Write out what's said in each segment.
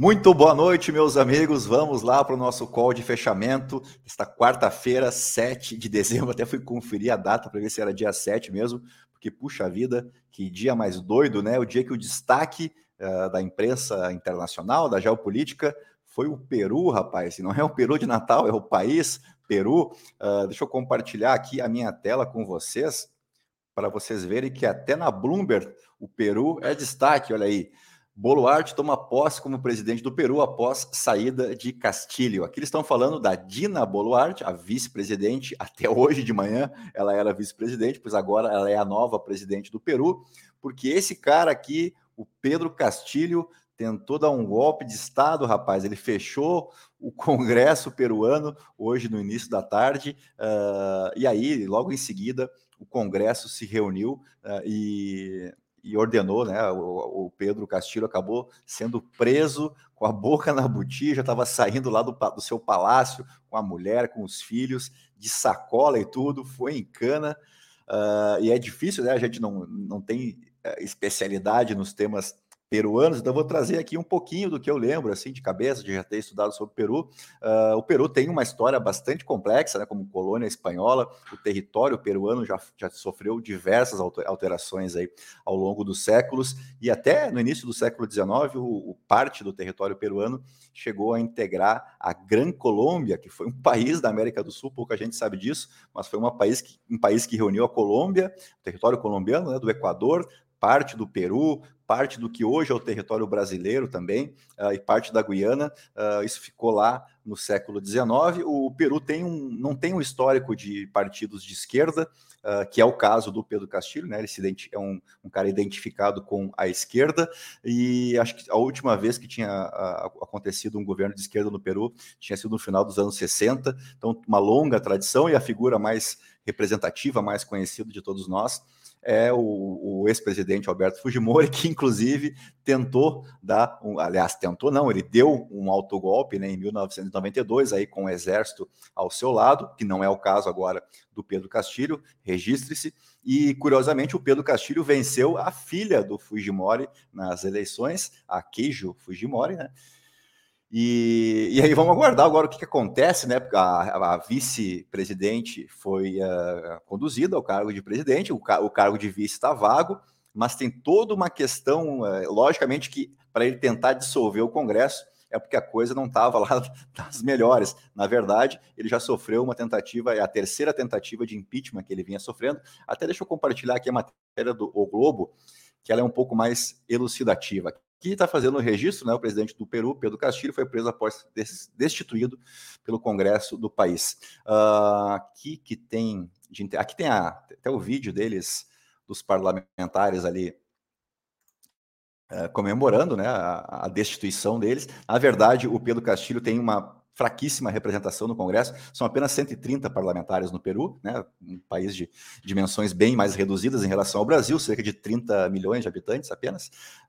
Muito boa noite, meus amigos. Vamos lá para o nosso call de fechamento. Esta quarta-feira, 7 de dezembro. Até fui conferir a data para ver se era dia 7 mesmo, porque, puxa vida, que dia mais doido, né? O dia que o destaque da imprensa internacional, da geopolítica, foi o Peru, rapaz. E não é o Peru de Natal, é o país Peru. Deixa eu compartilhar aqui a minha tela com vocês, para vocês verem que até na Bloomberg o Peru é destaque, olha aí. Boluarte toma posse como presidente do Peru após saída de Castilho. Aqui eles estão falando da Dina Boluarte, a vice-presidente. Até hoje de manhã ela era vice-presidente, pois agora ela é a nova presidente do Peru, porque esse cara aqui, o Pedro Castilho, tentou dar um golpe de Estado, rapaz. Ele fechou o Congresso peruano hoje no início da tarde, e aí, logo em seguida, o Congresso se reuniu e ordenou, né? O Pedro Castilho acabou sendo preso com a boca na botija, estava saindo lá do seu palácio com a mulher, com os filhos, de sacola e tudo, foi em cana. E é difícil, né? A gente não tem especialidade nos temas peruanos, então eu vou trazer aqui um pouquinho do que eu lembro, assim, de cabeça, de já ter estudado sobre o Peru. O Peru tem uma história bastante complexa, né, como colônia espanhola. O território peruano já sofreu diversas alterações aí ao longo dos séculos, e até no início do século XIX, parte do território peruano chegou a integrar a Gran Colômbia, que foi um país da América do Sul, pouca gente sabe disso, mas foi um país que reuniu a Colômbia, o território colombiano, né, do Equador, parte do Peru, parte do que hoje é o território brasileiro também, e parte da Guiana. Isso ficou lá no século XIX. O Peru não tem um histórico de partidos de esquerda, que é o caso do Pedro Castilho, né? Ele é um cara identificado com a esquerda, e acho que a última vez que tinha acontecido um governo de esquerda no Peru tinha sido no final dos anos 60, então uma longa tradição, e a figura mais representativa, mais conhecida de todos nós é o ex-presidente Alberto Fujimori, que inclusive tentou ele deu um autogolpe, né, em 1992, aí com o exército ao seu lado, que não é o caso agora do Pedro Castilho, registre-se, e curiosamente o Pedro Castilho venceu a filha do Fujimori nas eleições, a Keijo Fujimori, né? E aí vamos aguardar agora o que acontece, né? Porque a vice-presidente foi conduzida ao cargo de presidente, o cargo de vice está vago, mas tem toda uma questão, logicamente, que para ele tentar dissolver o Congresso é porque a coisa não estava lá das melhores. Na verdade, ele já sofreu uma tentativa, é a terceira tentativa de impeachment que ele vinha sofrendo. Até deixa eu compartilhar aqui a matéria do O Globo, que ela é um pouco mais elucidativa. Que está fazendo o registro, né? O presidente do Peru, Pedro Castilho, foi preso após destituído pelo Congresso do país. Aqui tem até o vídeo deles, dos parlamentares ali comemorando, né, a destituição deles. Na verdade, o Pedro Castilho tem uma fraquíssima representação no Congresso, são apenas 130 parlamentares no Peru, né, um país de dimensões bem mais reduzidas em relação ao Brasil, cerca de 30 milhões de habitantes apenas,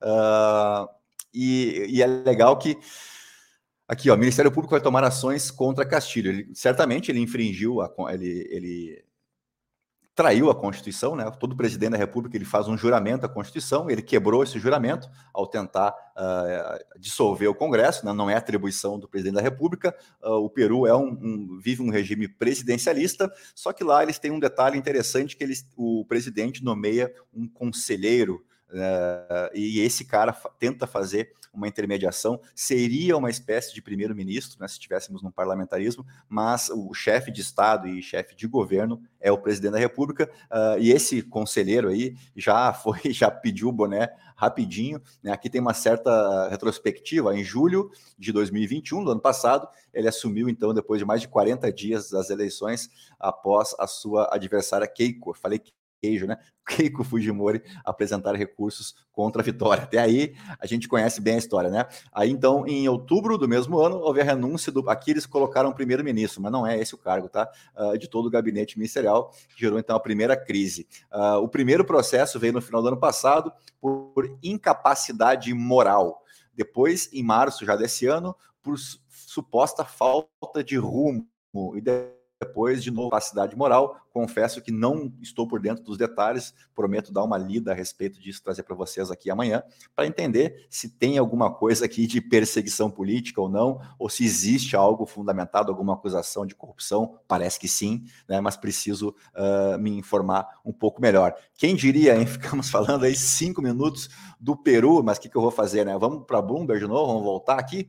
e é legal que aqui, ó, o Ministério Público vai tomar ações contra Castilho. Certamente ele infringiu, ele traiu a Constituição, né? Todo presidente da República ele faz um juramento à Constituição, ele quebrou esse juramento ao tentar dissolver o Congresso, né? Não é atribuição do presidente da República. O Peru vive um regime presidencialista, só que lá eles têm um detalhe interessante que o presidente nomeia um conselheiro, e esse cara tenta fazer uma intermediação, seria uma espécie de primeiro-ministro, né, se estivéssemos num parlamentarismo, mas o chefe de Estado e chefe de governo é o presidente da República, e esse conselheiro aí já pediu o boné rapidinho, né? Aqui tem uma certa retrospectiva. Em julho de 2021, do ano passado, ele assumiu, então, depois de mais de 40 dias das eleições, após a sua adversária Keiko, falei Queijo, né? Keiko Fujimori apresentar recursos contra a vitória. Até aí a gente conhece bem a história, né? Aí então, em outubro do mesmo ano, houve a renúncia aqui eles colocaram primeiro-ministro, mas não é esse o cargo, tá? De todo o gabinete ministerial, que gerou então a primeira crise. O primeiro processo veio no final do ano passado por incapacidade moral. Depois, em março já desse ano, por suposta falta de rumo. E depois, de novo, capacidade moral. Confesso que não estou por dentro dos detalhes, prometo dar uma lida a respeito disso, trazer para vocês aqui amanhã, para entender se tem alguma coisa aqui de perseguição política ou não, ou se existe algo fundamentado, alguma acusação de corrupção. Parece que sim, né? Mas preciso me informar um pouco melhor. Quem diria, hein? Ficamos falando aí 5 minutos do Peru, mas o que eu vou fazer, né? Vamos para Bloomberg de novo, vamos voltar aqui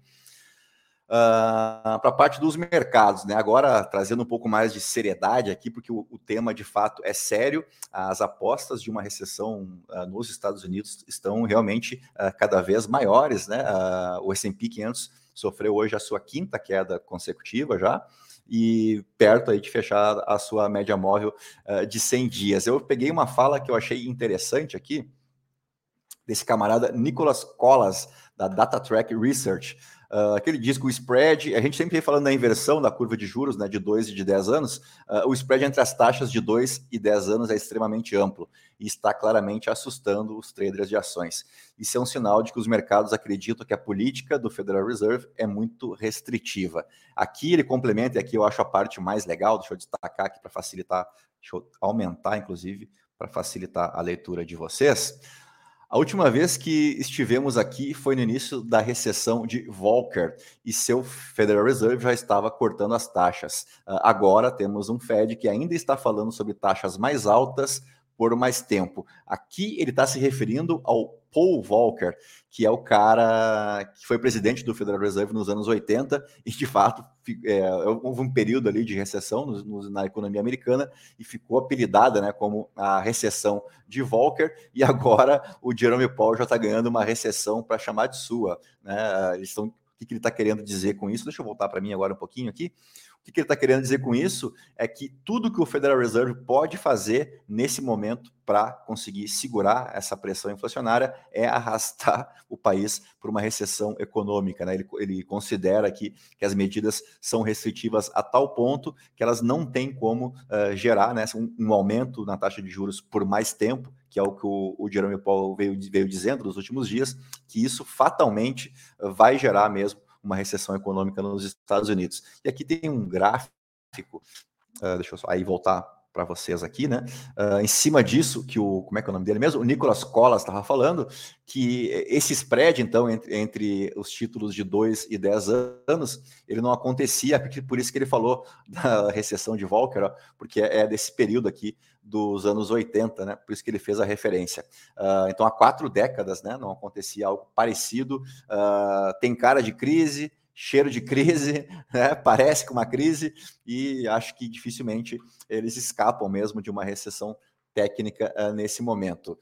para a parte dos mercados, né? Agora trazendo um pouco mais de seriedade aqui, porque o tema de fato é sério. As apostas de uma recessão nos Estados Unidos estão realmente cada vez maiores, né? O S&P 500 sofreu hoje a sua quinta queda consecutiva já, e perto aí de fechar a sua média móvel de 100 dias. Eu peguei uma fala que eu achei interessante aqui, desse camarada Nicolas Colas, da DataTrack Research, que ele diz que o spread, a gente sempre vem falando da inversão da curva de juros, né, de 2 e de 10 anos, o spread entre as taxas de 2 e 10 anos é extremamente amplo e está claramente assustando os traders de ações. Isso é um sinal de que os mercados acreditam que a política do Federal Reserve é muito restritiva. Aqui ele complementa, e aqui eu acho a parte mais legal, deixa eu destacar aqui para facilitar, deixa eu aumentar, inclusive, para facilitar a leitura de vocês. A última vez que estivemos aqui foi no início da recessão de Volcker e seu Federal Reserve já estava cortando as taxas. Agora temos um Fed que ainda está falando sobre taxas mais altas por mais tempo. Aqui ele está se referindo ao Paul Volcker, que é o cara que foi presidente do Federal Reserve nos anos 80 e, de fato, houve um período ali de recessão na economia americana e ficou apelidada, né, como a recessão de Volcker, e agora o Jerome Powell já está ganhando uma recessão para chamar de sua. Né? O que ele está querendo dizer com isso? Deixa eu voltar para mim agora um pouquinho aqui. O que ele está querendo dizer com isso é que tudo que o Federal Reserve pode fazer nesse momento para conseguir segurar essa pressão inflacionária é arrastar o país para uma recessão econômica. Né? Ele considera que as medidas são restritivas a tal ponto que elas não têm como gerar, né, um aumento na taxa de juros por mais tempo, que é o que o Jerome Powell veio dizendo nos últimos dias, que isso fatalmente vai gerar mesmo uma recessão econômica nos Estados Unidos. E aqui tem um gráfico, deixa eu só aí voltar para vocês aqui, né? Em cima disso, que como é que é o nome dele mesmo? O Nicolas Colas estava falando, que esse spread, então, entre os títulos de 2 e 10 anos, ele não acontecia, por isso que ele falou da recessão de Volcker, ó, porque é desse período aqui dos anos 80, né? Por isso que ele fez a referência. Então, há 4 décadas, né, não acontecia algo parecido. Tem cara de crise, cheiro de crise, né? Parece com uma crise, e acho que dificilmente eles escapam mesmo de uma recessão técnica nesse momento.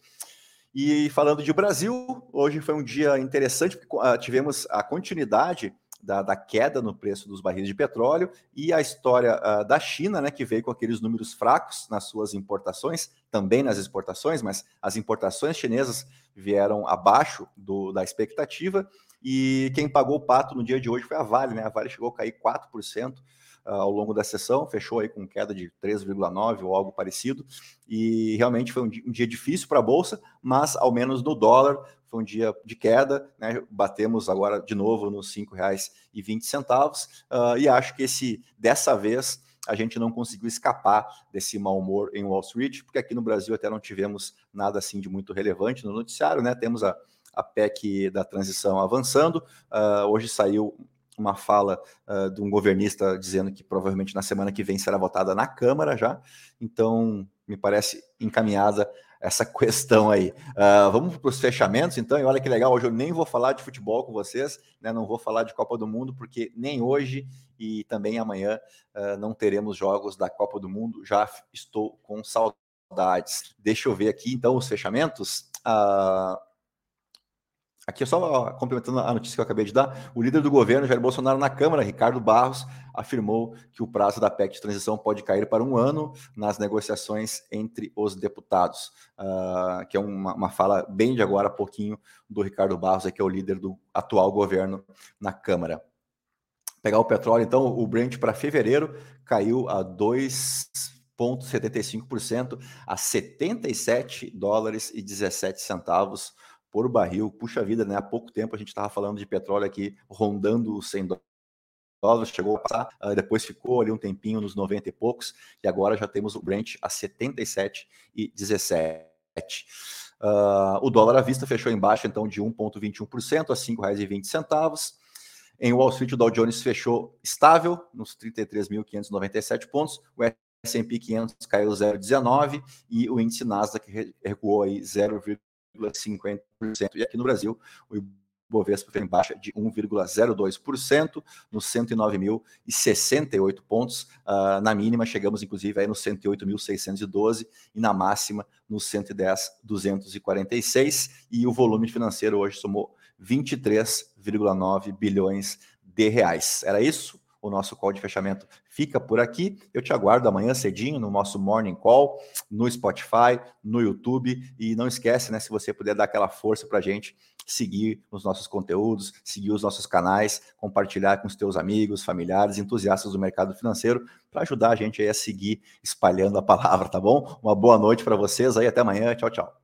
E falando de Brasil, hoje foi um dia interessante, porque tivemos a continuidade da queda no preço dos barris de petróleo e a história da China, né, que veio com aqueles números fracos nas suas importações, também nas exportações, mas as importações chinesas vieram abaixo da expectativa, e quem pagou o pato no dia de hoje foi a Vale, né? A Vale chegou a cair 4% ao longo da sessão, fechou aí com queda de 3,9% ou algo parecido, e realmente foi um dia difícil para a Bolsa, mas ao menos no dólar foi um dia de queda, né? Batemos agora de novo nos R$ 5,20, e acho que dessa vez a gente não conseguiu escapar desse mau humor em Wall Street, porque aqui no Brasil até não tivemos nada assim de muito relevante no noticiário, né? Temos a PEC da transição avançando, hoje saiu uma fala de um governista dizendo que provavelmente na semana que vem será votada na Câmara já, então me parece encaminhada essa questão aí. Vamos para os fechamentos, então, e olha que legal, hoje eu nem vou falar de futebol com vocês, né? Não vou falar de Copa do Mundo, porque nem hoje e também amanhã não teremos jogos da Copa do Mundo, já estou com saudades. Deixa eu ver aqui, então, os fechamentos. Aqui é só complementando a notícia que eu acabei de dar, o líder do governo, Jair Bolsonaro, na Câmara, Ricardo Barros, afirmou que o prazo da PEC de transição pode cair para 1 ano nas negociações entre os deputados, que é uma fala bem de agora há pouquinho do Ricardo Barros, que é o líder do atual governo na Câmara. Pegar o petróleo, então, o Brent para fevereiro caiu a 2,75% a $77,17 por barril. Puxa vida, né? Há pouco tempo a gente estava falando de petróleo aqui rondando os $100 chegou a passar, depois ficou ali um tempinho nos 90 e poucos, e agora já temos o Brent a 77,17. O dólar à vista fechou em baixa, então, de 1,21% a R$ 5,20. Em Wall Street, o Dow Jones fechou estável, nos 33.597 pontos, o S&P 500 caiu 0,19% e o índice Nasdaq recuou aí 0,50%. E aqui no Brasil, o Ibovespa fechou em baixa de 1,02%, nos 109.068 pontos. Na mínima, chegamos inclusive aí nos 108.612 e na máxima nos 110.246. E o volume financeiro hoje somou 23,9 bilhões de reais. Era isso? O nosso call de fechamento fica por aqui. Eu te aguardo amanhã cedinho no nosso Morning Call, no Spotify, no YouTube. E não esquece, né, se você puder dar aquela força para a gente, seguir os nossos conteúdos, seguir os nossos canais, compartilhar com os teus amigos, familiares, entusiastas do mercado financeiro, para ajudar a gente aí a seguir espalhando a palavra, tá bom? Uma boa noite para vocês aí, até amanhã. Tchau, tchau.